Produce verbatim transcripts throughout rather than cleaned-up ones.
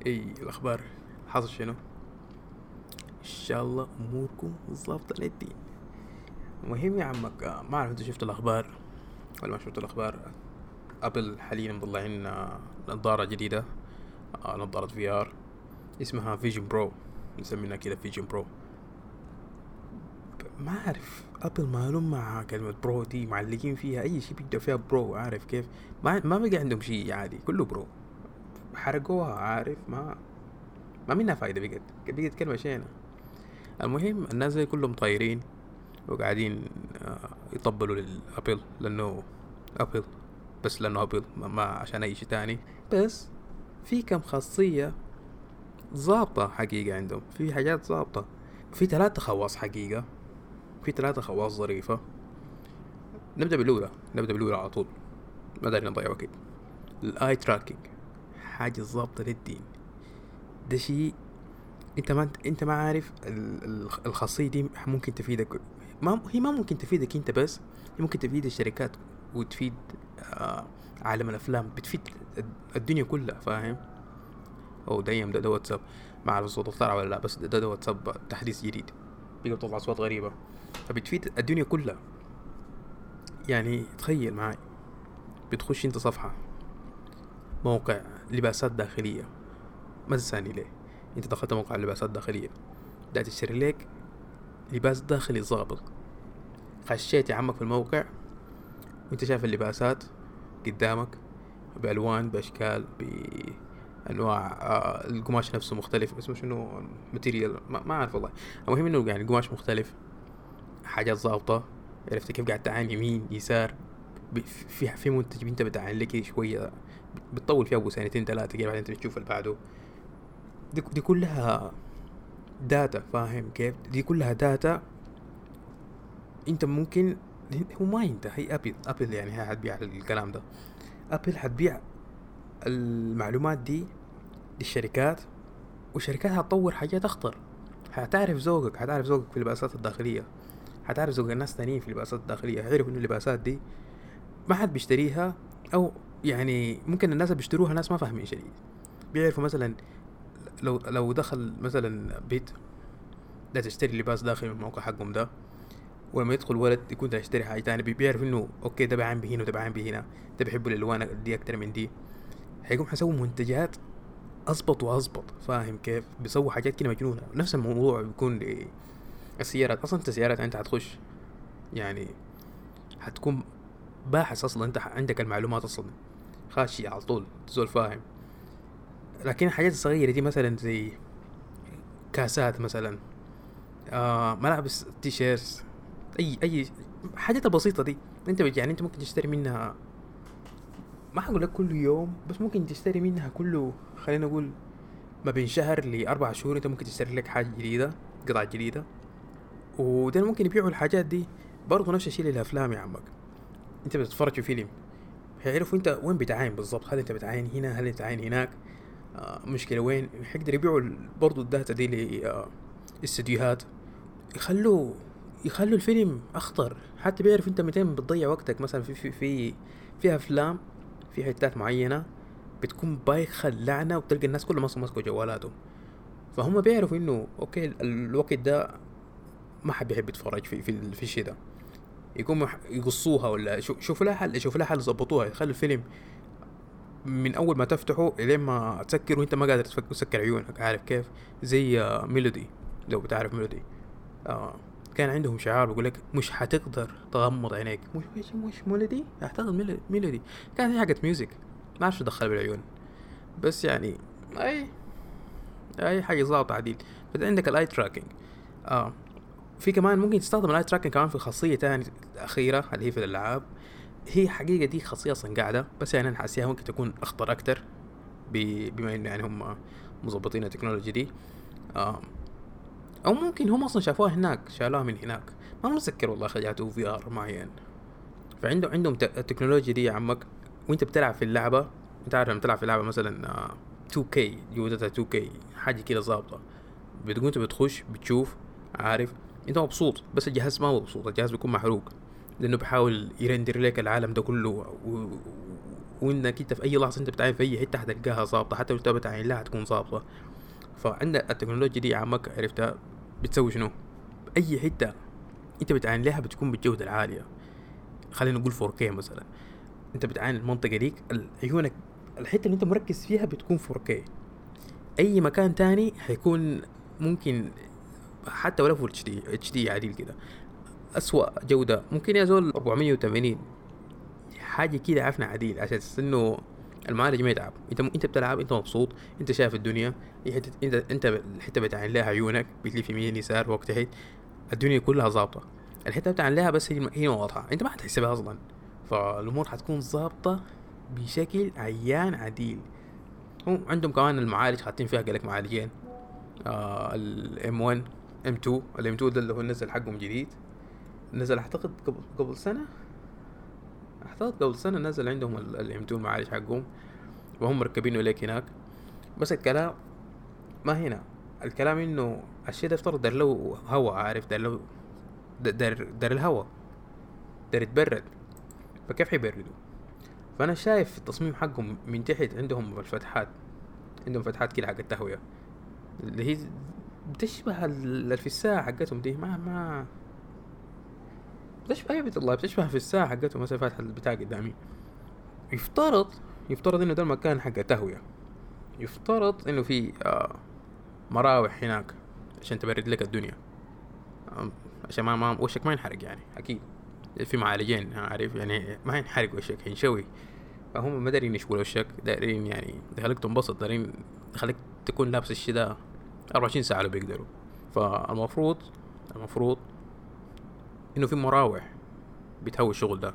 اي الاخبار، حاصل شنو؟ ان شاء الله اموركم ظابطه للدين. المهم يا عمك، آه، ما اعرف انت شفت الاخبار ولا ما شفت الاخبار. ابل حاليا مطلعين آه، نظاره جديده، آه، نظاره في ار اسمها فيجن برو، نسميها كده فيجن برو. ما اعرف ابل مالهم مع كلمه برو دي، معلقين فيها اي شيء بيبدا فيها برو، عارف كيف؟ ما ما بقى عندهم شيء عادي، كله برو. حرقوها، عارف؟ ما ما منها فايده، بقت بقت كلمه شينه. المهم الناس زي كلهم طايرين وقاعدين آه، يطبلوا للابل لانه ابل، بس لانه ابل، ما ما عشان اي شيء تاني. بس في كم خاصية ظابطة حقيقة عندهم، في حاجات ظابطة. في ثلاثة خواص حقيقة، في ثلاثة خواص ظريفة. نبدأ بالأولى، نبدأ بالأولى على طول، ما داري نضيع وقت. الاي تراكنج، حاجة ظابطة للدين. ده شيء انت ما انت ما عارف ال- ال- الخاصية دي ممكن تفيدك. ما هي ما ممكن تفيدك انت بس، هي ممكن تفيد الشركات وتفيد آه عالم الافلام، بتفيد الدنيا كلها، فاهم؟ او ده ده, ده واتساب، ما اعرف الصوت طلع ولا لا، بس ده ده واتساب تحديث جديد بيقدر تطلع اصوات غريبة، فبتفيد الدنيا كلها. يعني تخيل معي، بتخش انت صفحة موقع لباسات داخلية، ما تسألني ليه، انت دخلت موقع لباسات داخلية ده تشتري لك لباس داخلي ظابط. خشيت يا عمك في الموقع وانت شايف اللباسات قدامك بألوان بأشكال بأنواع، آه القماش نفسه مختلف، اسمه شنو، ماتيريال، ما, ما أعرف والله. المهم إنه يعني قماش مختلف، حاجات ضابطة. عرفت كيف؟ قاعد تعاين يمين يسار، في في منتج انت بتعاين لك شوية، بتطول فيها ابو سنتين ثلاثة كده، بعدين انت بتشوف اللي بعده. دي, دي كلها داتا، فاهم كيف؟ دي كلها داتا. انت ممكن، هو ما ينتهي. هي ابل ابل يعني هي حتبيع الكلام ده. ابل حتبيع المعلومات دي للشركات، والشركات هتطور حاجات اخطر. هتعرف ذوقك، هتعرف ذوقك في اللباسات الداخليه، هتعرف ذوق الناس تانيين في اللباسات الداخليه، هيعرف انه اللباسات دي ما حد بيشتريها، او يعني ممكن الناس اللي بيشتروها ناس ما فاهمين شديد. بيعرفوا مثلا، لو لو دخل مثلا بيت ده تشتري لباس داخلي من الموقع حقهم ده، ولما يدخل ولد يكون ده يشتري حاجه تانية، بيعرف انه اوكي ده بعين بهنا وده بعين بهنا، ده بيحب الالوان دي اكتر من دي، هيقوم حيسوي منتجات اظبط واظبط، فاهم كيف؟ بيسووا حاجات كده مجنونه. نفس الموضوع بيكون للسيارات. اصلا انت السيارات انت هتخش يعني هتكون باحث، اصلا انت عندك المعلومات اصلا خاشي على طول، تزول فاهم. لكن الحاجات الصغيره دي مثلا زي كاسات مثلا، آه ملابس، تيشيرت، اي اي حاجات البسيطه دي، انت بت- يعني انت ممكن تشتري منها، ما حقول لك كل يوم، بس ممكن تشتري منها كله، خلينا نقول ما بين شهر لأربع شهور. انت ممكن تشتري لك حاجة جديدة، قطعة جديدة. وده ممكن يبيعوا الحاجات دي. برضه نفس الشيء للأفلام يا عمك، انت بتتفرج في فيلم، هيعرفوا انت وين بتعاين بالضبط، هل انت بتعاين هنا، هل انت بتعاين هناك، آه مشكلة وين. حيقدر يبيعوا برضه الداتا دي للاستديوهات، يخلوا يخلوا الفيلم اخطر. حتى بيعرف انت متى بتضيع وقتك، مثلا في في في في افلام، في حتات معينة بتكون بايخة اللعنة، وبتلقى الناس كلهم اصلا ماسكوا جوالاتهم. فهم بيعرفوا انه اوكي ال- الوقت ده ما حد بيحب يتفرج في في, في الشيء ده، يقوموا يح- يقصوها، ولا شو- شوفوا لها حل، شوفوا لها حل يظبطوها، يخلوا الفيلم من اول ما تفتحه الين ما تسكر وانت ما قادر تفك- تسكر عيونك، عارف كيف؟ زي آه، ميلودي، لو بتعرف ميلودي. آه كان عندهم شعار بيقول لك مش حتقدر تغمض عينيك، مش مش مش ميلودي، اعتقد ميلودي, ميلودي. كانت هي حاجة ميوزك، ما اعرفش دخل بالعيون، بس يعني اي اي حاجة ظابطة عديل. بعدين عندك الاي تراكنج. اه في كمان ممكن تستخدم الاي تراكنج كمان في خاصية تانية أخيرة اللي هي في الألعاب. هي حقيقة دي خاصية أصلا قاعدة، بس يعني أنا حاسيها ممكن تكون أخطر أكتر، بما إنه يعني هم مظبطين التكنولوجيا دي. آه أو ممكن هم أصلا شافوها هناك، شالوها من هناك، ما متذكر والله، خجعته في ار معين. فعنده عندهم ت- التكنولوجيا دي يا عمك. وأنت بتلعب في اللعبة، أنت عارف لما تلعب في اللعبة مثلا آه تو كيه، جودتها تو كيه، حاجة كده ظابطة، بتقول انت بتخش بتشوف، عارف؟ انت مبسوط، بس الجهاز ما مبسوط، الجهاز بيكون محروق، لانه بيحاول يرندر لك العالم ده كله و... وانك انت في اي لحظه انت بتعاين في اي حته حتلقاها ظابطه، حتى لو انت بتعاين لها حتكون ظابطه. فعندك التكنولوجيا دي عمك عرفتها بتسوي شنو؟ اي حته انت بتعاين لها بتكون بالجوده العاليه. خلينا نقول فور كيه مثلا، انت بتعاين المنطقه ديك عيونك الحته اللي انت مركز فيها بتكون فور كيه. اي مكان تاني هيكون ممكن حتى ولا فول اتش دي اتش دي عادي كده اسوأ جوده ممكن يزول أربعمية وثمانين حاجه كده عفنا عديل، عشان انه المعالج ما يتعب. انت انت بتلعب، انت مبسوط، انت شايف الدنيا. حته انت انت الحته بتاعين لها عيونك بتلف يمين يسار فوق تحت، الدنيا كلها ظابطه. الحته بتاعين لها بس هي هي واضحه، انت ما حتحسبها اصلا. فالامور حتكون ظابطه بشكل عيان عديل. هم عندهم كمان المعالج حاطين فيها قالك معالجين، آه ال إم ون إم تو. ال إم تو ده اللي هو نزل حقهم جديد، نزل اعتقد قبل قبل سنه اعتقد قبل سنه نزل عندهم ال إم تو المعالج حقهم، وهم مركبينه ليك هناك. بس الكلام ما هنا، الكلام انه الشيء ده افترض دار له هوا، عارف، دار له دار, دار الهوا دار يتبرد، فكيف حيبردوا؟ فانا شايف التصميم حقهم من تحت عندهم الفتحات، عندهم فتحات كده حق التهويه اللي هي بتشبه الفساعة حقتهم دي. ما ما بتشبه، ايه الله، بتشبه في الساعة حقتهم مثلا فاتحة البتاع قدامي. يفترض يفترض انه ده المكان حق التهوية، يفترض انه في آه مراوح هناك عشان تبرد لك الدنيا، آه عشان ما, ما وشك ما ينحرق يعني. اكيد في معالجين عارف يعني ما ينحرق وشك، ينشوي. فهم ما دارين يشوي وشك، دارين يعني يخليك تنبسط، دارين يخليك تكون لابس الشي ده أربعة وعشرين ساعة لو بيقدروا. فالمفروض المفروض انه في مراوح بتهوي الشغل ده.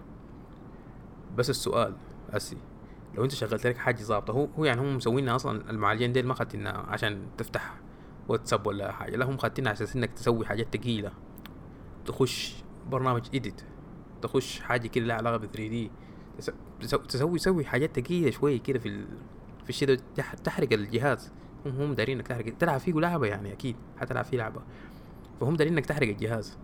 بس السؤال اسي، لو انت شغلت لك حاجه ظابطه، هو هو يعني هم مسوينها اصلا المعالجين ديل ما خدتنا عشان تفتح واتساب ولا حاجه، لا هم خدتنا عشان انك تسوي حاجات تقيله، تخش برنامج ايديت، تخش حاجه كده لها علاقه ب ثري دي، تسوي تسوي حاجات تقيله شويه كده في ال... في الشيء ده، تحرق الجهاز. هم هم دارين انك تحرق، تلعب فيه لعبه يعني، اكيد حتلعب فيه لعبه، فهم دارين انك تحرق الجهاز.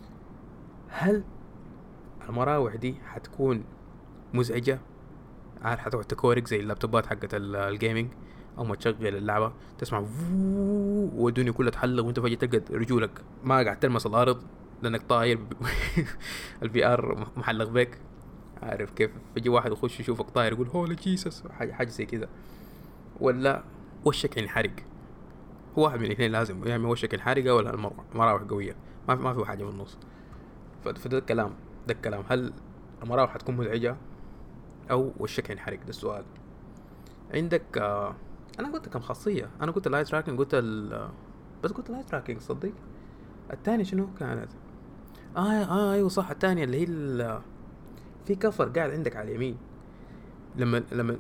هل المراوح دي حتكون مزعجة؟ عارف حتقعد تكورك زي اللابتوبات حقت الجيمنج، او ما تشغل اللعبة تسمع والدنيا كلها تحلق وانت فجأة تلقى رجولك ما قاعد تلمس الارض لانك طاير الفي ار محلق بك، عارف كيف؟ فجي واحد يخش يشوفك طاير يقول هولا جيسس، حاجة حاجة زي كذا. ولا وشك ينحرق؟ هو واحد من الاثنين لازم، يعني وشك ينحرق ولا المراوح قوية، ما في ما في حاجة في النص. فده الكلام ده الكلام هل المراوح حتكون مزعجة او وشك ينحرق؟ ده السؤال. عندك آه انا قلت كم خاصيه، انا قلت اللايت تراكنج، قلت ال بس قلت اللايت تراكنج صدق. الثاني شنو كانت؟ اه اه ايوه صح، الثانيه اللي هي في كفر قاعد عندك على اليمين، لما لما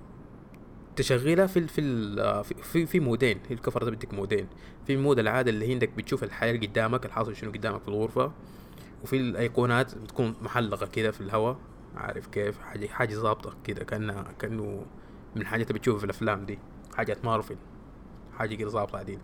تشغلها في في في في مودين. هي الكفر ده بدك مودين، في مود العاده اللي هي عندك بتشوف الحياه اللي قدامك، الحاصل شنو قدامك في الغرفه، وفي الايقونات بتكون محلقه كده في الهواء، عارف كيف؟ حاجه حاجه ظابطه كده، كانها كانه من الحاجات اللي بتشوفها في الافلام دي، حاجات مارفل، حاجه كده ظابطه عادي.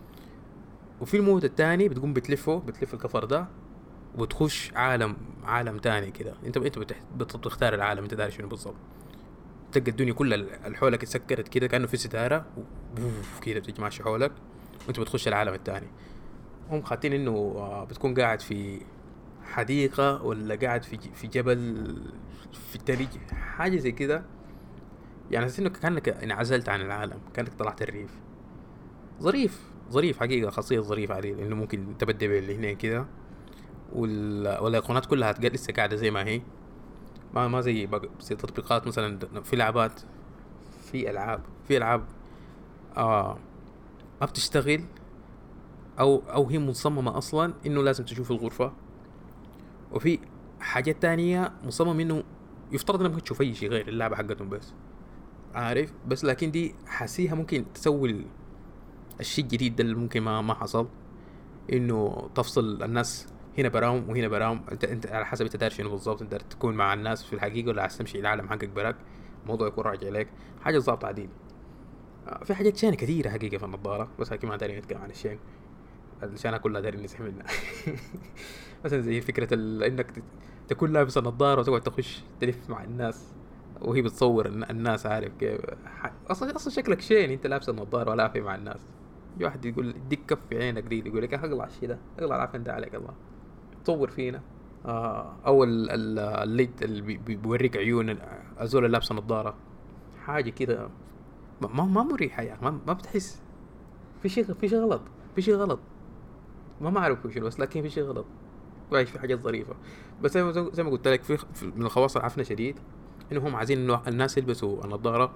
وفي المود الثاني بتقوم بتلفه بتلف الكفر ده وتخش عالم عالم تاني كده، انت انت بتختار العالم انت داري شنو بالضبط. تلقى الدنيا كلها الحولك اتسكرت كده كانه في ستاره كده بتجي ماشي حولك، وانت بتخش العالم الثاني. هم خاطين انه بتكون قاعد في حديقة ولا قاعد في في جبل في التلج، حاجة زي كده يعني، حسيت انه كأنك انعزلت عن العالم، كأنك طلعت الريف. ظريف ظريف حقيقة، خاصية ظريفة عليه، انه ممكن تبدل بين الاثنين كده، وال والايقونات كلها هتقل لسه قاعدة زي ما هي، ما ما زي زي تطبيقات مثلا في لعبات، في العاب في العاب اه ما بتشتغل، او او هي مصممة اصلا انه لازم تشوف الغرفة، وفي حاجات تانية مصمم انه يفترض انك ممكن تشوف اي شيء غير اللعبة حقتهم بس، عارف. بس لكن دي حاسيها ممكن تسوي الشيء الجديد ده اللي ممكن ما ما حصل، انه تفصل الناس هنا براهم وهنا براهم، انت انت على حسب انت دار شنو بالضبط، انت تكون مع الناس في الحقيقة ولا عايز تمشي العالم حقك براك، الموضوع يكون راجع لك حاجة ظابطة عديل. في حاجات شانة كثيرة حقيقة في النظارة، بس هكي ما دارين نتكلم عن الشين، الشانة كلها دارين نزح منها. مثلا زي فكرة انك تكون لابس النظارة وتقعد تخش تلف مع الناس وهي بتصور الناس، عارف كيف؟ اصلا اصلا شكلك شين انت لابس النظاره ولا في مع الناس. يجي واحد يقول يديك كف في عينك دي، يقول لك اقلع الشيء ده، اقلع العفن ده عليك الله، تصور فينا. آه او ال- ال- الليد اللي بي- بي- بيوريك عيون الزول اللي لابسه نظاره، حاجه كده ما ما ما مريحه يا اخي، ما, ما بتحس في شيء، في شيء غلط، في شيء غلط، ما ما اعرف وش، بس لكن في شيء غلط، وعايش في حاجات ظريفه. بس زي ما زي ما قلت لك، في في- من الخواص العفنه شديد انه هم عايزين انه الناس يلبسوا النظاره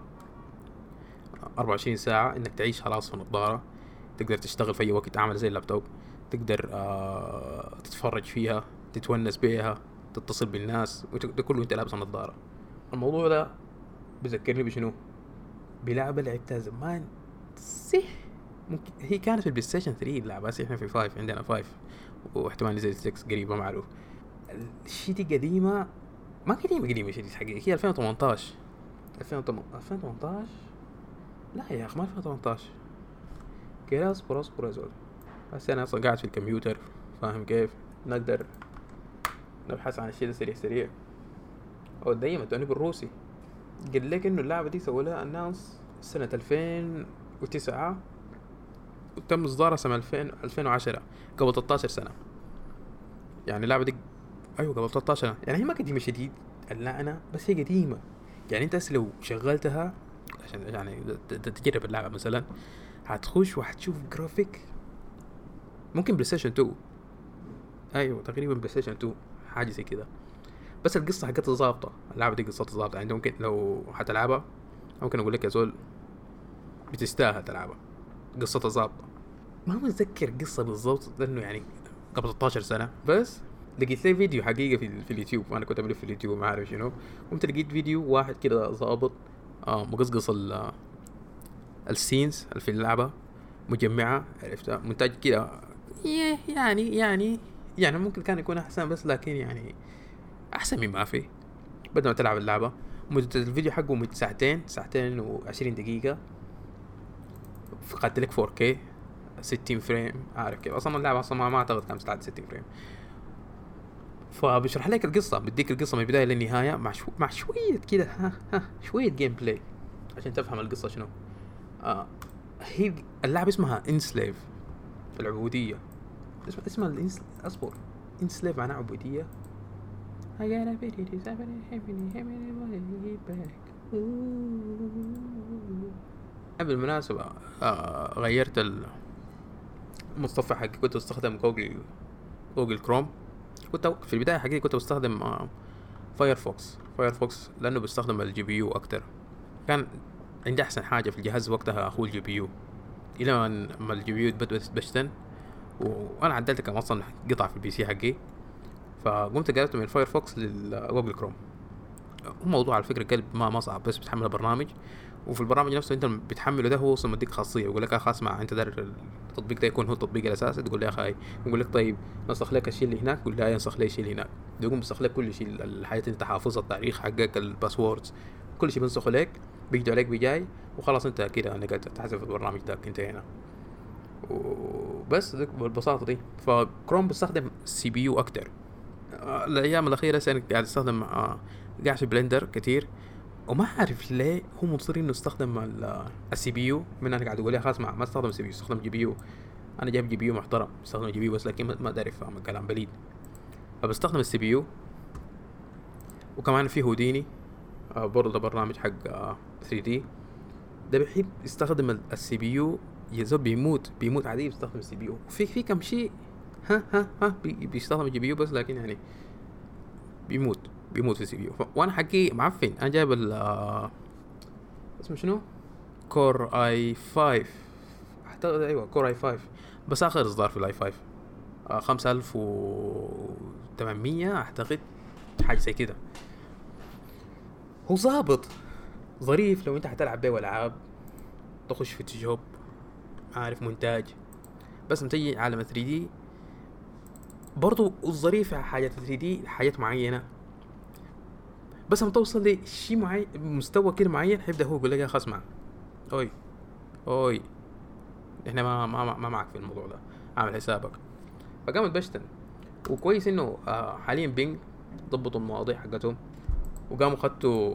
أربعة وعشرين ساعه، انك تعيش خلاص في النظاره، تقدر تشتغل في اي وقت، عامل زي اللابتوب، تقدر آه تتفرج فيها، تتونس بيها، تتصل بالناس، وده كله انت لابس النظاره. الموضوع ده بذكرني بشنو؟ بلعبه لعبتها زمان سه ممكن هي كانت في البلاي ستيشن ثلاثة اللعبه، بس احنا في خمسة، عندنا خمسة واحتمال نزل ستة قريبه ما معروف. الشي دي قديمه، ما قديمه قديمه شديد حقيقي، هي ألفين وثمانتاشر ألفين وثمانتاشر. لا يا اخي ما ألفين وثمانتاشر كده، اصبر اصبر يا زول. بس انا اصلا قاعد في الكمبيوتر، فاهم كيف؟ نقدر نبحث عن الشيء ده سريع سريع. او دايما توني بالروسي قال لك انه اللعبه دي سووا لها اناونس سنه ألفين وتسعة، وتم اصدارها سنه ألفين ألفين وعشرة، قبل ثلاثة عشر سنه. يعني اللعبه دي ايوه قبل ثلاثة عشر سنه، يعني هي ما قديمه شديد اللعنه، بس هي قديمه. يعني انت لو شغلتها عشان يعني ت- ت- تجرب اللعبه مثلا، هتخش وهتشوف جرافيك ممكن بلاي ستيشن اتنين، ايوه تقريبا بلاي ستيشن اتنين، حاجه زي كده. بس القصه حقتها ظابطه، اللعبه دي قصتها ظابطه، يعني ممكن لو هتلعبها ممكن اقول لك يا زول بتستاهل تلعبها، قصتها ظابطه. ما متذكر قصه بالضبط لانه يعني قبل ستة عشر سنه، بس لقيت لي فيديو حقيقه في, في اليوتيوب، وانا كنت بلف في اليوتيوب ما عارف شنو، قمت لقيت فيديو واحد كده ظابط اه مقصقص ال- السينز اللي في اللعبه، مجمعه، عرفتها مونتاج كده، يه- يعني يعني يعني ممكن كان يكون احسن، بس لكن يعني احسن مما في. بدل ما تلعب اللعبه، مدة الفيديو حقه مدة ساعتين ساعتين وعشرين دقيقة، قد لك فور كيه ستين فريم، عارف كيف؟ اصلا اللعبة اصلا ما ما اعتقد كانت تستعد ستين فريم. فبشرح لك القصة، بديك القصة من البداية للنهاية مع شو... مع شوية كده ها ها شوية جيم بلاي عشان تفهم القصة شنو. آه هي اللعبة اسمها انسليف، العبودية. اسمها اسمها الانس اصبر انسليف معناها عبودية. I gotta be the somebody happy happy back. بالمناسبة آه غيرت المتصفح حقي، كنت بستخدم جوجل جوجل كروم. كنت في البداية حقيقي كنت بستخدم آه فايرفوكس فايرفوكس لأنه بيستخدم الجي بي يو أكتر، كان عندي أحسن حاجة في الجهاز وقتها هو الجي بي يو، إلى ما الجي بي يو بدأت بشتن، وأنا عدلت كم أصلا قطع في البي سي حقي، فقمت قلبت من فايرفوكس لجوجل كروم. هو موضوع على فكرة قلب ما ما صعب، بس بتحمل برنامج، وفي البرنامج نفسه انت بتحمله ده هو اصلا مديك خاصيه، يقول لك خلاص مع انت دار التطبيق ده يكون هو التطبيق الاساسي، تقول له يا اخي، يقول لك طيب نسخ لك الشيء اللي هناك، قول له ينسخ لي الشيء اللي هناك، يقوم ينسخ لك كل شيء، الحاجات اللي انت حافظها، التاريخ حقك، الباسوردز، كل شيء بينسخه لك، بيجي عليك بجاي، وخلاص انت كده انك تحذف البرنامج ده انتهينا. وبس بالبساطه دي. فكروم بيستخدم السي بي يو اكتر. الايام الاخيره انا قاعد استخدم آه قاعد في بلندر كتير، وما اعرف ليه هم مصرين انه استخدم السي بي يو، من انا قاعد اقول يا خلاص ما ما استخدم سي بي يو، استخدم جي بي يو. انا جايب جي بي يو محترم، استخدم جي بي يو بس، لكن ما ادري افهم الكلام بليد، فبستخدم السي بي يو. وكمان في هوديني آه برضه ده برنامج حق آه ثري دي، ده بيحب يستخدم السي بي يو، يزول بيموت بيموت عادي يستخدم السي بي يو. في في كم شيء ها ها ها بي بيستخدم الجي بي يو بس، لكن يعني بيموت بيموت في السي بي يو. وانا حقي معفن، انا جايب ال آه اسمه شنو، كور اي خمسة اعتقد، ايوه كور اي خمسة، بس اخر اصدار في الاي خمسة آه خمسة آلاف وثمانمية اعتقد، حاجه زي كده. هو ظابط ظريف لو انت هتلعب بيه العاب، تخش في التجوب، عارف مونتاج، بس متجي عالم ثري دي برضو الظريف حاجات ثري دي حاجات معينه، بس لما توصل لشيء معين مستوى كده معين هيبدا هو يقول لك يا اخي اسمع، اوي اوي احنا ما ما ما معك في الموضوع ده، عامل حسابك. فقامت بشتن. وكويس انه آه حاليا بينج ضبطوا المواضيع حقتهم، وقاموا خدتوا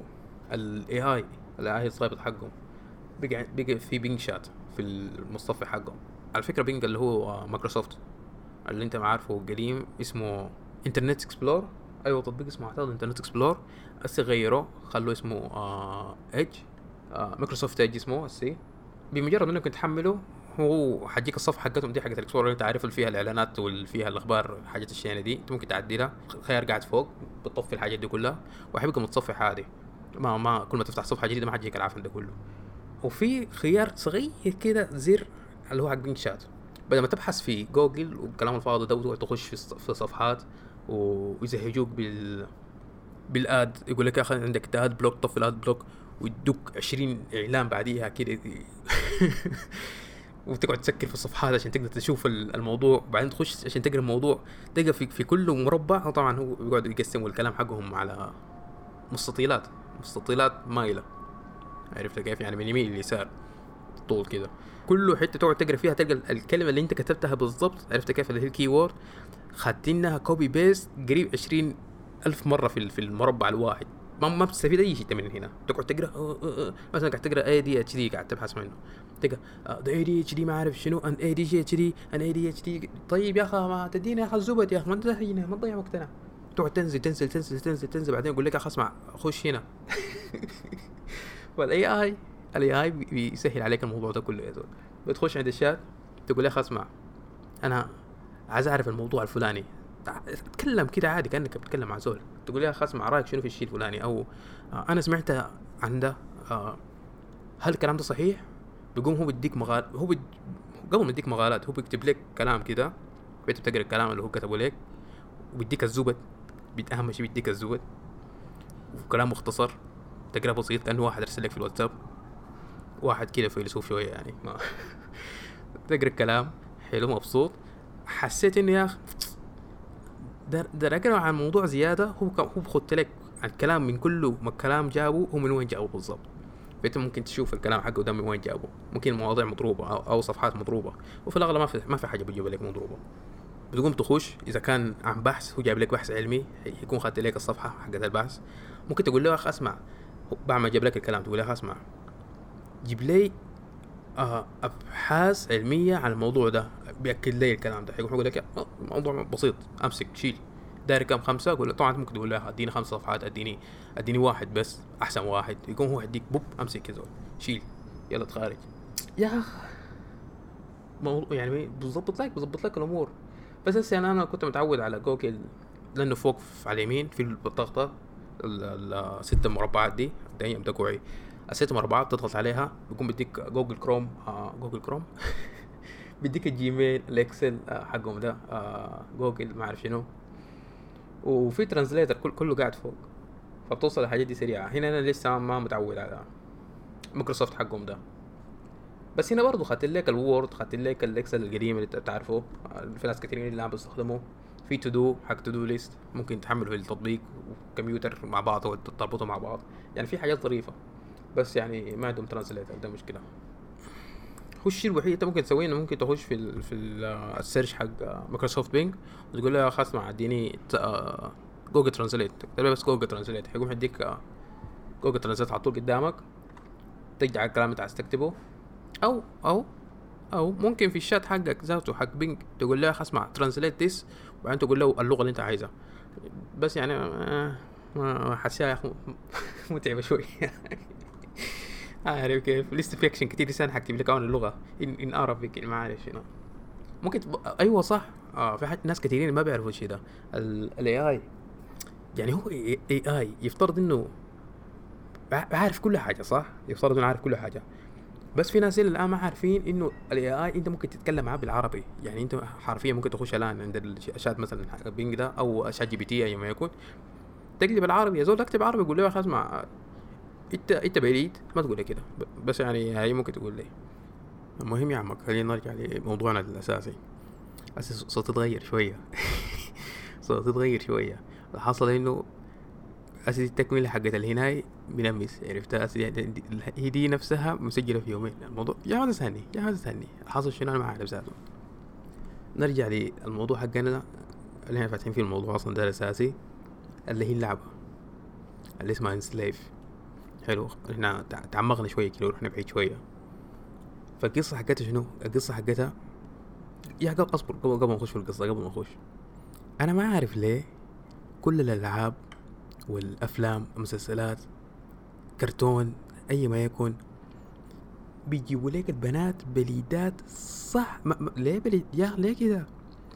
الاي اي الاي اي الصايبط حقهم بقى بقى في بينج شات في المصطفى حقهم. على فكره بينج اللي هو مايكروسوفت اللي انت ما عارفه قديم اسمه انترنت اكسبلور. ايوه تطبيق اسمه اعتقد انترنت اكسبلور، هسه غيروه خلوه اسمه آه ايدج، آه مايكروسوفت ايدج اسمه هسه. بمجرد انك تحمله هو حجيك الصفحه حقتهم دي حقت الاكسبلور اللي انت عارف اللي فيها الاعلانات واللي فيها الاخبار الحاجات الشينه دي، انت ممكن تعدلها خيار قاعد فوق بتطفي الحاجات دي كلها وحيبقى متصفح عادي. ما ما كل ما تفتح صفحه جديده ما حتجيك العفن ده كله. وفي خيار صغير كده زر اللي هو حق بينج شات، بدل ما تبحث في جوجل والكلام الفاضي ده وتقعد تخش في في صفحات ويزهجوك بال بالاد، يقول لك يا اخي عندك اد بلوك، طفي الاد بلوك ويدوك عشرين اعلان بعديها كده وتقعد تسكر في الصفحات عشان تقدر تشوف الموضوع، وبعدين تخش عشان تقرا الموضوع تلقى في في كل مربع. طبعا هو بيقعدوا يقسموا الكلام حقهم على مستطيلات مستطيلات مايله، عرفت كيف يعني من يمين ليسار طول كده، كله حته تقعد تقرا فيها تلقى الكلمه اللي انت كتبتها بالضبط. عرفت كيف اللي هي الكي وورد خدتينها كوبي بيست قريب عشرين ألف مره في في المربع الواحد. ما ما بتستفيد اي شيء من هنا. تقعد تقرا أه أه أه. مثلا قاعد تقرا اي دي اتش دي قاعد تبحث منه تلقى ده اي دي اتش دي ما عارف شنو ان اي دي جي اتش دي ان اي دي اتش دي. طيب يا اخي ما تدينا يا اخي الزبد يا اخي ما تدهينا ما تضيع وقتنا. تقعد تنزل تنزل تنزل تنزل تنزل بعدين يقول لك يا اخي اسمع خش هنا. والاي اي الاي اي بيسهل عليك الموضوع ده كله يا زول. بتخش عند الشات تقول يا اخي اسمع انا عايز اعرف الموضوع الفلاني، تتكلم كده عادي كانك بتتكلم مع زول، تقول يا اخي اسمع رايك شنو في الشيء الفلاني، او آه انا سمعت عن ده آه هل الكلام ده صحيح؟ بيقوم هو بيديك مغال هو بي... قبل ما يديك مغالات هو بيكتب لك كلام كده، بيت بتقرا الكلام اللي هو كتبه لك وبيديك الزبد. اهم شيء بيديك الزبد وكلام مختصر تقرا بسيط كأنه واحد ارسل لك في الواتساب، واحد كده فيلسوف شويه يعني ما تقرا الكلام حلو مبسوط. حسيت انه يا اخي ده ده اقرا عن موضوع زياده، هو هو بخط لك الكلام من كله ما الكلام جابه هو من وين جابه بالضبط. فانت ممكن تشوف الكلام حقه ده من وين جابه، ممكن مواضيع مضروبه او, أو صفحات مضروبه، وفي الاغلب ما في ما في حاجه بيجيب لك مضروبه. بتقوم تخش اذا كان عن بحث هو جايب لك بحث علمي يكون خدت لك الصفحه حقت البحث. ممكن تقول له يا اخي اسمع بعد ما جاب لك الكلام تقول له يا اخي اسمع جيب لي آه ابحاث علميه عن الموضوع ده بياكد لي الكلام ده. يقول لك موضوع بسيط امسك شيل داير كم خمسه، اقول طبعا ممكن تقول له اديني خمس صفحات اديني اديني واحد بس احسن واحد، يكون هو يديك بوب امسك كذا شيل يلا تخارج يا اخ موضوع يعني بيظبط لك بيظبط لك الامور. بس هسه يعني انا كنت متعود على جوجل لانه فوق على اليمين في الضغطه الست مربعات دي دايما تقوي الست مربعات تضغط عليها بيكون بديك جوجل كروم آه جوجل كروم بديك الجيميل الاكسل آه حقهم ده آه جوجل ما اعرف شنو، وفي ترانزليتر كل كله قاعد فوق فبتوصل الحاجات دي سريعه. هنا انا لسه ما متعود على مايكروسوفت حقهم ده، بس هنا برضو خدت لك الوورد خدت لك الاكسل القديم اللي تعرفه في ناس كتير اللي عم بيستخدموه. في تو دو حق تو دو ليست ممكن تحمله في التطبيق وكمبيوتر مع بعض وتربطه مع بعض، يعني في حاجات ظريفه بس يعني ما عندهم ترانسليتر ده مشكله. هو الشيء الوحيد انت ممكن تسويه انه ممكن تخش في ال في السيرش حق مايكروسوفت بينج وتقول له خلاص مع اديني جوجل ترانسليت، تكتب بس جوجل ترانسليت هيقوم يديك جوجل ترانسليت على طول قدامك ترجع الكلام اللي عايز تكتبه. او او او ممكن في الشات حقك ذاته حق بينج تقول له خلاص مع ترانسليت ذس وبعدين تقول له اللغه اللي انت عايزها. بس يعني ما حسيها يا اخي متعبه شوي عارف كيف لسه في اكشن كتير لسه حكتب لك عن اللغه ان ان عربي ما عارف شنو ممكن تب... ايوه صح اه في حد ناس كتيرين ما بيعرفوا الشيء ده. الاي اي يعني هو اي اي يفترض انه عارف كل حاجه صح، يفترض انه عارف كل حاجه، بس في ناس الان ما عارفين انه الاي اي انت ممكن تتكلم معاه بالعربي. يعني انت حرفيا ممكن تخش الان عند الشات مثلا بينج ده او شات جي بي تي اي ما يكون تقلب العربي يا زول اكتب عربي يقول له خلاص مع انت انت بعيد ما تقول لي كده بس يعني هي ممكن تقول لي. المهم يا عمك خلينا نرجع لموضوعنا الاساسي. اساس صوت تتغير شويه صوت تتغير شويه الحاصل انه اساس التكمله حقت الهناي بنمس عرفتها هي دي نفسها مسجله في يومين. الموضوع يا هذا ثاني يا هذا ثاني الحاصل شنو انا ما عارف ذاته. نرجع للموضوع حقنا اللي احنا فاتحين فيه الموضوع اصلا ده الاساسي اللي هي اللعبه اللي اسمها انسليف. حلو، احنا تعمقنا شويه كده ورحنا بعيد شويه. فالقصه حقتها شنو؟ القصه حقتها يا قبل اصبر، قبل قبل ما نخش في القصه، قبل ما نخش، انا ما عارف ليه كل الالعاب والافلام المسلسلات كرتون اي ما يكون بيجيبوا لك البنات بليدات صح. ما ما ليه بليد يا أخي ليه كده؟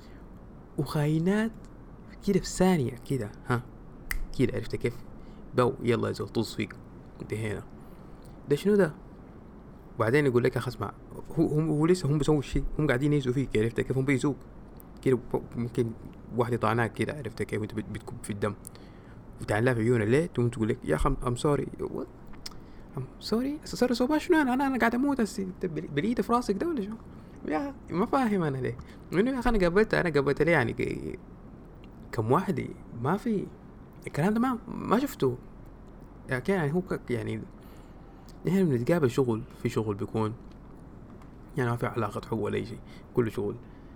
وخاينات كده في ثانيه كده، ها كده عرفت كيف؟ بو يلا يا زول طز فيك انتهينا. ده شنو ده؟ وبعدين يقول لك يا اخي اسمع، هو هم هو لسه هم بيسووا الشيء، هم قاعدين يزوا فيك عرفت كيف؟ هم بيزوك كده، ممكن واحد طعناك كده عرفت كيف؟ وانت بت- بتكب في الدم وتعلق في عيونه ليه؟ تقوم تقول لك يا اخي ام سوري، ام سوري سوري سوري شنو؟ انا انا قاعد اموت هسي، انت بليت في راسك ده ولا شنو؟ يا أخي ما فاهم انا ليه؟ انه يا اخي انا قبلت انا قبلت ليه يعني ك- كم واحد ما في الكلام ده، ما ما شفته يعني. يعني هو ك- يعني نحن بنتقابل شغل في شغل بيكون يعني ما في علاقة حب ولا أي شيء، كله شغل،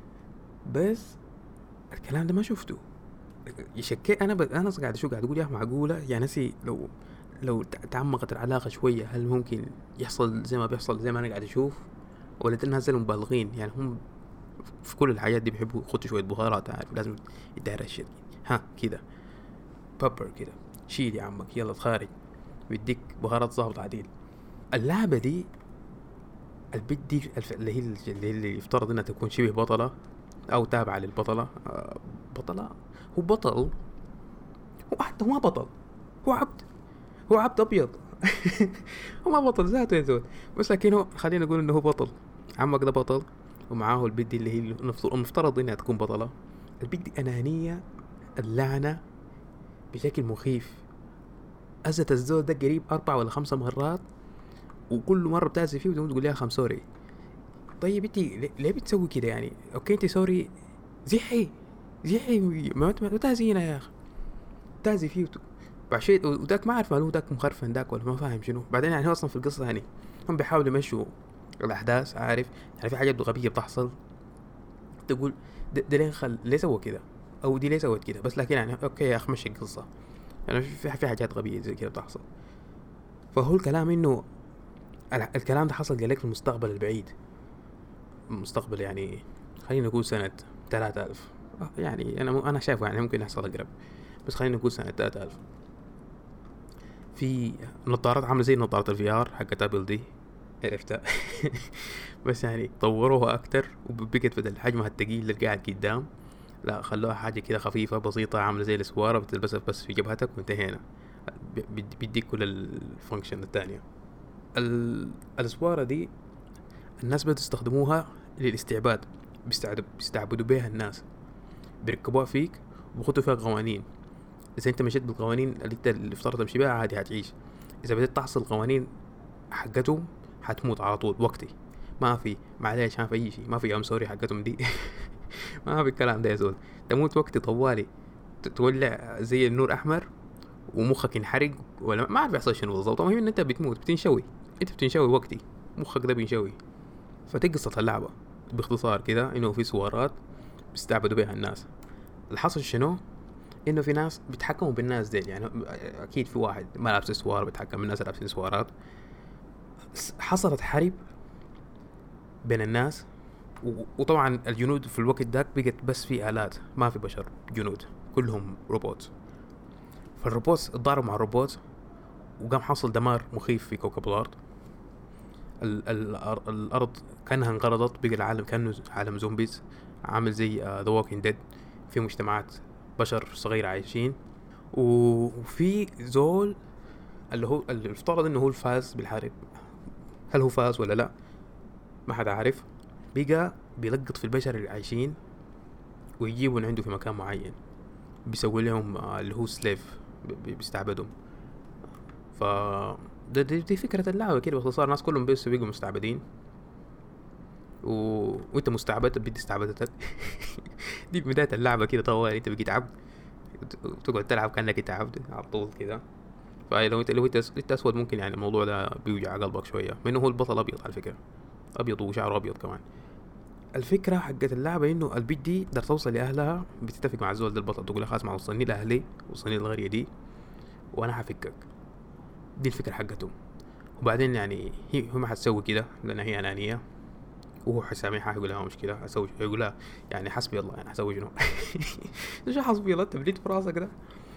بس الكلام ده ما شفته. يشكي أنا ب... أنا قاعد أشوف قاعد أقول يا أخي معقولة يعني نسي لو لو تع- تعمقت العلاقة شوية هل ممكن يحصل زي ما بيحصل زي ما أنا قاعد أشوف، ولا ده الناس اللي مبالغين يعني هم في كل الحاجات دي بيحبوا يخطوا شوية بهارات، عارف لازم يدار الشيء ها كده بابر كده، شيل يا عمك يلا تخارج بيديك بهارات ظابط عديل. اللعبة دي البت دي الف... اللي هي اللي, اللي يفترض انها تكون شبه بطلة او تابعة للبطلة، آه، بطلة، هو بطل، هو حتى هو ما بطل، هو عبد، هو عبد ابيض هو ما بطل ذاته يا زول، بس لكن هو خلينا نقول انه هو بطل. عمك ده بطل ومعاه البت دي اللي هي المفترض المفترض انها تكون بطلة. البت دي انانية اللعنة بشكل مخيف، أزت الزول ده قريب أربع ولا خمسة مرات، وكل مرة بتأذي فيه وتقوم تقول لها خم سوري. طيب انتي ليه ليه بتسوي كده يعني؟ اوكي انتي سوري زحي زحي ما ما تأذينا يا اخي، تأذي فيه وت- بعشيت وداك ما عارف ماله داك مخرفن داك ولا ما فاهم شنو. بعدين يعني هو اصلا في القصة يعني هم بيحاولوا يمشوا الأحداث، عارف يعني في حاجات غبية بتحصل تقول ده, ده ليه خل ليه سوى كده او دي ليه سوت كده، بس لكن يعني اوكي يا اخي مشي القصة يعني في في حاجات غبية زي كده بتحصل. فهو الكلام انه ال- الكلام ده حصل قالك في المستقبل البعيد، المستقبل يعني خلينا نقول سنة ثلاثة آلاف، يعني أنا أنا شايفه يعني ممكن يحصل أقرب، بس خلينا نقول سنة ثلاثة آلاف. في نظارات عاملة زي نظارات الفي ار حقت ابل دي، عرفتها بس يعني طوروها أكتر وبقت بدل حجمها التقيل اللي قاعد قدام لا خلوها حاجة كده خفيفة بسيطة عاملة زي السوارة بتلبسها بس في جبهتك وانتهينا، ب- بيديك كل الفانكشن التانية. ال- السوارة دي الناس بتستخدموها للاستعباد، بيستعبدوا بيستعبدوا بيها الناس، بيركبوها فيك وبيخطوا فيها قوانين. اذا انت مشيت بالقوانين اللي انت اللي افترضت تمشي بيها عادي هتعيش، اذا بدأت تحصل القوانين حقتهم هتموت على طول وقتي، ما في معلش ما في اي شيء، ما في ام سوري حقتهم دي ما في الكلام ده يا زول، تموت وقتي طوالي، ت- تولع زي النور احمر ومخك ينحرق ولا ما عارف يحصل شنو بالضبط، المهم ان انت بتموت بتنشوي، انت بتنشوي وقتي، مخك ده بينشوي. فتي قصة اللعبة باختصار كده انه في سوارات بيستعبدوا بيها الناس. الحصل شنو؟ انه في ناس بيتحكموا بالناس ديل، يعني اكيد في واحد ما لابس سوار بيتحكم بالناس اللي لابسين سوارات. حصلت حرب بين الناس و- وطبعا الجنود في الوقت داك بقت بس في آلات ما في بشر، جنود كلهم روبوت. فالروبوت اتضاربوا مع الروبوت وقام حصل دمار مخيف في كوكب الارض. ال- ال- الأر- الارض كانها انقرضت، بقى العالم كانه عالم زومبيز عامل زي ذا ووكينج ديد، في مجتمعات بشر صغيرة عايشين، و- وفي زول اللي هو اللي افترض انه هو الفاز بالحرب، هل هو فاز ولا لا ما حدا عارف، بقى بيلقط في البشر اللي عايشين ويجيبوا من عنده في مكان معين، بيسوي لهم آه، اللي هو سليف، بيستعبدهم. ف ده دي, دي فكرة اللعبة كده باختصار، الناس كلهم بس بيقوا مستعبدين و... وانت مستعبد بدي استعبدتك دي بداية اللعبة كده طوال انت بقيت عبد وتقعد تلعب كأنك انت عبد على طول كده. فلو انت لو انت انت اسود ممكن يعني الموضوع ده بيوجع قلبك شوية، منه هو البطل ابيض على فكرة، ابيض وشعره ابيض كمان. الفكرة حقت اللعبة انه البيت دي تقدر توصل لاهلها، بتتفق مع الزول ده البطل تقول له خلاص ما وصلني لاهلي وصلني للقرية دي وانا حفكك. دي الفكرة حقتهم. وبعدين يعني هي هم حتسوي كده لأنها هي أنانية، وهو حسامحها يقول لها مش كده أسوي، يقول لها يعني حسبي الله، يعني أسوي شنو؟ شو حسبي الله تبليد في راسك ده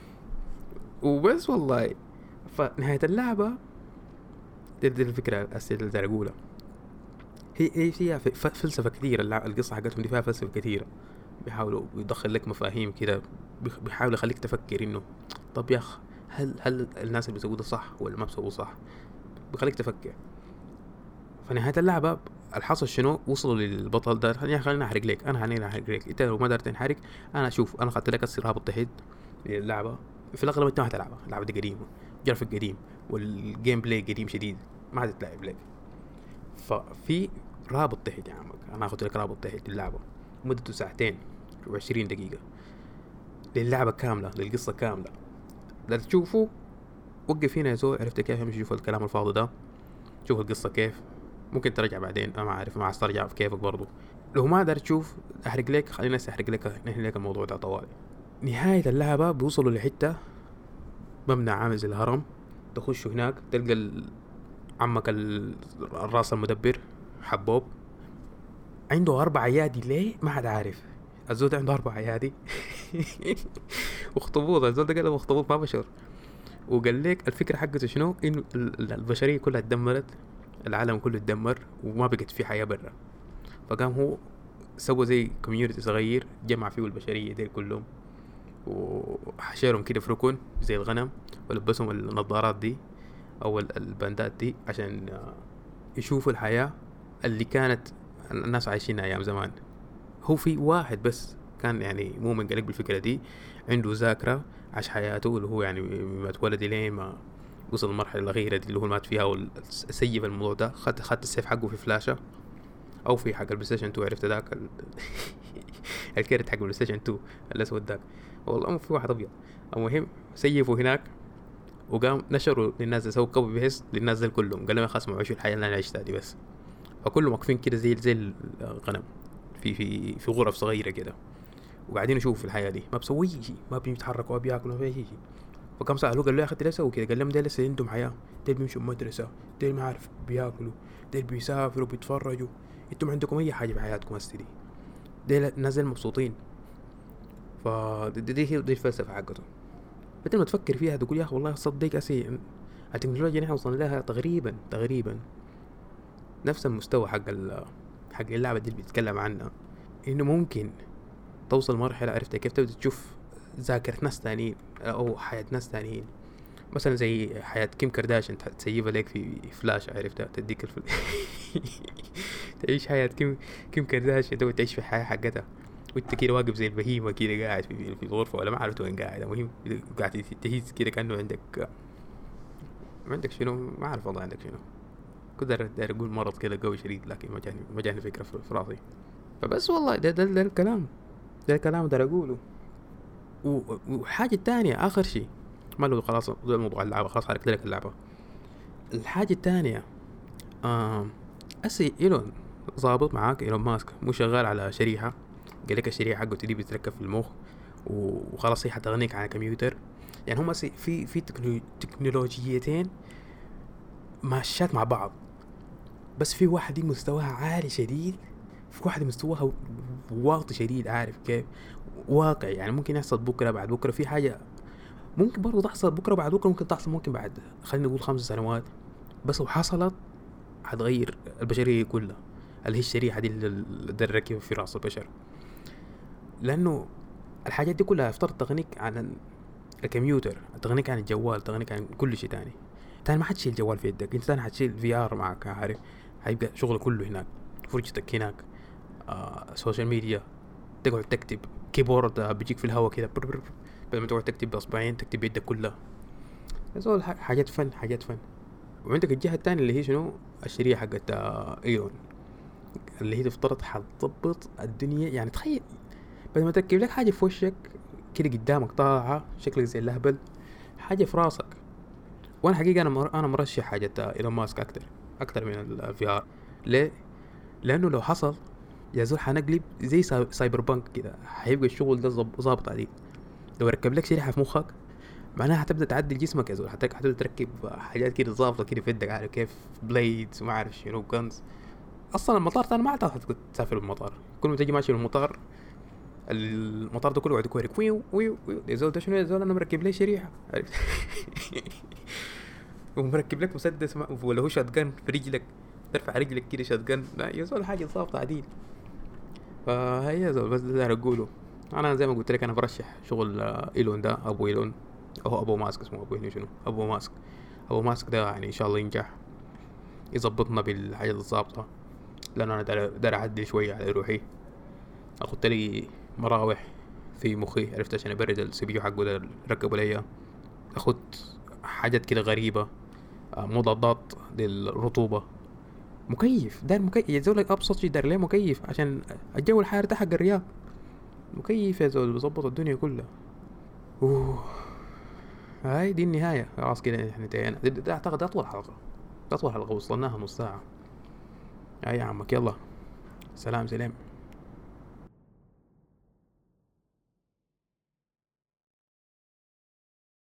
وبس والله. فنهاية اللعبة دي, دي الفكرة الأساسية اللي داير أقولها. هي هي فيها فلسفة كثيرة، القصة حقتهم دي فيها فلسفة كثيرة، بيحاولوا يدخل لك مفاهيم كده، بيحاول يخليك تفكر إنه طب يا أخ هل هل الناس اللي بيسووه ده صح ولا ما بيسووه صح، بيخليك تفكر. فنهاية اللعبة الحصل شنو؟ وصلوا للبطل ده، خليني خليني أحرق لك، أنا خليني أحرق لك، أنت لو ما قدرت تنحرق أنا أشوف، أنا خدت لك الرابط تحت للعبة. في الأغلب أنت ما هتلعبها، اللعبة دي قديمة، جرافيك قديم، والجيم بلاي قديم شديد، ما هتتلعب لك. ففي رابط تحت يا عمك، أنا أخذت لك رابط تحت للعبة مدته ساعتين وعشرين دقيقة للعبة كاملة، للقصة كاملة. لا تشوفوا وقف هنا يا زول، عرفت كيف يمشي؟ شوف الكلام الفاضي ده، شوف القصة كيف، ممكن ترجع بعدين، أنا ما أعرف، ما أسترجع في كيفك برضو. لو ما قدرت تشوف أحرق لك، خلينا أحرق لك، نحن لك الموضوع ده طوالي. نهاية اللعبة بيوصلوا لحتة مبنى عامل زي الهرم، تخشوا هناك تلقى عمك الراس المدبر حبوب عنده أربع أيادي، ليه ما حد عارف. الزول ده عنده أربع أيادي واخطبوط، الزول ده قال اخطبوط ما بشر. وقال لك الفكرة حقته شنو؟ إنه البشرية كلها اتدمرت، العالم كله اتدمر وما بقت في حياة برا. فقام هو سوى زي كوميونيتي صغير جمع فيه البشرية دي كلهم، وحشرهم كده في ركن زي الغنم، ولبسهم النظارات دي او الباندات دي عشان يشوفوا الحياة اللي كانت الناس عايشينها ايام زمان. هو في واحد بس كان يعني مو منقلق بالفكرة دي، عنده ذاكرة عاش حياته، اللي هو يعني ما اتولد لين ما وصل المرحلة الأخيرة دي اللي هو مات فيها، وسيف الموضوع ده. خد خد السيف حقه في فلاشة او في حق البلاي ستيشن اتنين، عرفت ذاك ال... الكيرت حق البلاي ستيشن اتنين الاسود ذاك، والله في واحد ابيض. المهم سيفوا هناك، وقام نشروا للناس، سووا كوبي بيست للناس دي كلهم، قال لهم خلاص ما عيشوا الحياه اللي انا عشتها دي بس. فكلهم واقفين كده زي زي الغنم في في في غرف صغيره كده، وقاعدين يشوفوا في الحياه دي، ما بسوي شيء، ما بيتحركوا، ما بياكلوا، ما في شيء. فكم سالوه قال له يا اخي ليش سووا كده؟ قال لهم ده لسه عندهم حياه، ده بيمشوا مدرسه، ده ما عارف بياكلوا، ده بيسافروا بيتفرجوا، انتم عندكم اي حاجه بحياتكم هسه دي، ده نازل مبسوطين. ف دي دي, دي الفلسفه حقته. بدل ما تفكر فيها تقول يا اخي والله صدق اسي التكنولوجيا نحن وصلنا لها تقريبا تقريبا نفس المستوى حق حق اللعبه دي اللي بيتكلم عنها، انه ممكن توصل مرحله، عرفت كيف، تبدا تشوف ذاكره ناس تانيين او حياه ناس تانيين، مثلا زي حياة كيم كارداشيان تسيبها لك في فلاش، عرفتها، تديك الفل تعيش حياة كيم كيم كارداشيان تو تعيش في الحياة حقتها، وانت كده واقف زي البهيمة كده قاعد في في الغرفة، ولا ما عرفت وين قاعد، المهم قاعد تهيز كده كأنه عندك عندك شنو ما عارف والله عندك شنو، كنت داير اقول مرض كده قوي شديد، لكن ما جاني ما جاني فكرة في راسي. فبس والله ده ده, ده الكلام ده الكلام داير اقوله. وحاجة تانية آخر شيء ما له خلاص ده موضوع اللعبة، خلاص حركت لك اللعبة. الحاجة التانية آه أسي إيلون ضابط معاك، إيلون ماسك مو شغال على شريحة، قال لك الشريحة حقه تدي بتركب في المخ وخلاص هي حتغنيك على كمبيوتر. يعني هم أسي في في تكنولوجيتين ماشيات مع بعض، بس في واحد مستواها عالي شديد، في واحد مستواها واطي شديد، عارف كيف واقع. يعني ممكن يحصل بكرة بعد بكرة، في حاجة ممكن برضو تحصل بكرة بعد بكرة، ممكن تحصل ممكن بعد خلينا نقول خمس سنوات، بس لو حصلت هتغير البشرية كلها، اللي هي الشريحة دي اللي الركيبة في رأس البشر. لأنه الحاجات دي كلها افترض تغنيك عن الكمبيوتر، تغنيك عن الجوال، تغنيك عن كل شيء تاني. تاني ما حتشيل الجوال في يدك، انت تاني حتشيل في ار معك، عارف، هيبقى شغل كله هناك، فرجتك هناك، آه، سوشيال ميديا، تقعد تكتب كيبورد بيجيك في الهواء كده، بدل ما تقعد تكتب باصبعين تكتب بيدك كلها. هذول حاجات فن حاجات فن. وعندك الجهة الثانية اللي هي شنو؟ الشريحة حقت ايلون اللي هي تفترض حتضبط الدنيا. يعني تخيل بدل ما تركب لك حاجة في وشك كده قدامك طالعة شكلك زي اللهبل، حاجة في راسك. وانا حقيقة انا مر... انا مرشح حاجة ايلون ماسك اكتر اكتر من الفي ار. ليه؟ لانه لو حصل يا زول حنقلب زي سايبر بانك كده، هيبقى الشغل ده ظابط عليك. لو ركب لك شريحة في مخك معناها حتبدا تعدل جسمك يا زول، حتى حتبدا تركب حاجات كده ظابطه كده في يدك، عارف كيف، بليدز وما عارف شنو، جنز. اصلا المطار انا ما اعتقد تسافر بالمطار، كل ما تجي ماشي بالمطار المطار ده كله يقعد يكورك ويو ويو ويو، يا زول ده شنو يا زول، انا مركب لي شريحه عرفت. ومركب لك مسدس ما- ولا هو شات جن في رجلك، ترفع رجلك كده شات جن، لا يا زول حاجه ظابطه عديل. فهي يا زول بس ده اللي اقوله. انا زي ما قلت لك انا برشح شغل آه، ايلون ده، ابو ايلون، او ابو ماسك، اسمه ابو ايلون شنو، ابو ماسك. ابو ماسك ده يعني ان شاء الله ينجح، يظبطنا بالحاجات الظابطه، لان انا دار دار اعدل شويه على روحي. اخدت لي مراوح في مخي عرفت عشان ابرد السي بي يو حقه ده اللي ركبوا ليا. اخد حاجات كده غريبه، آه، مضادات للرطوبه، مكيف دار مكيف يا زول، ابسط شيء دار ليه مكيف عشان الجو الحار ده حق الرياض، مكيف يا زول بظبط الدنيا كلها. اوه، هاي دي النهايه خلاص كده احنا انتهينا. ده, ده اعتقد اطول حلقه، اطول حلقه وصلناها نص ساعه. هاي يا عمك يلا، سلام سلام.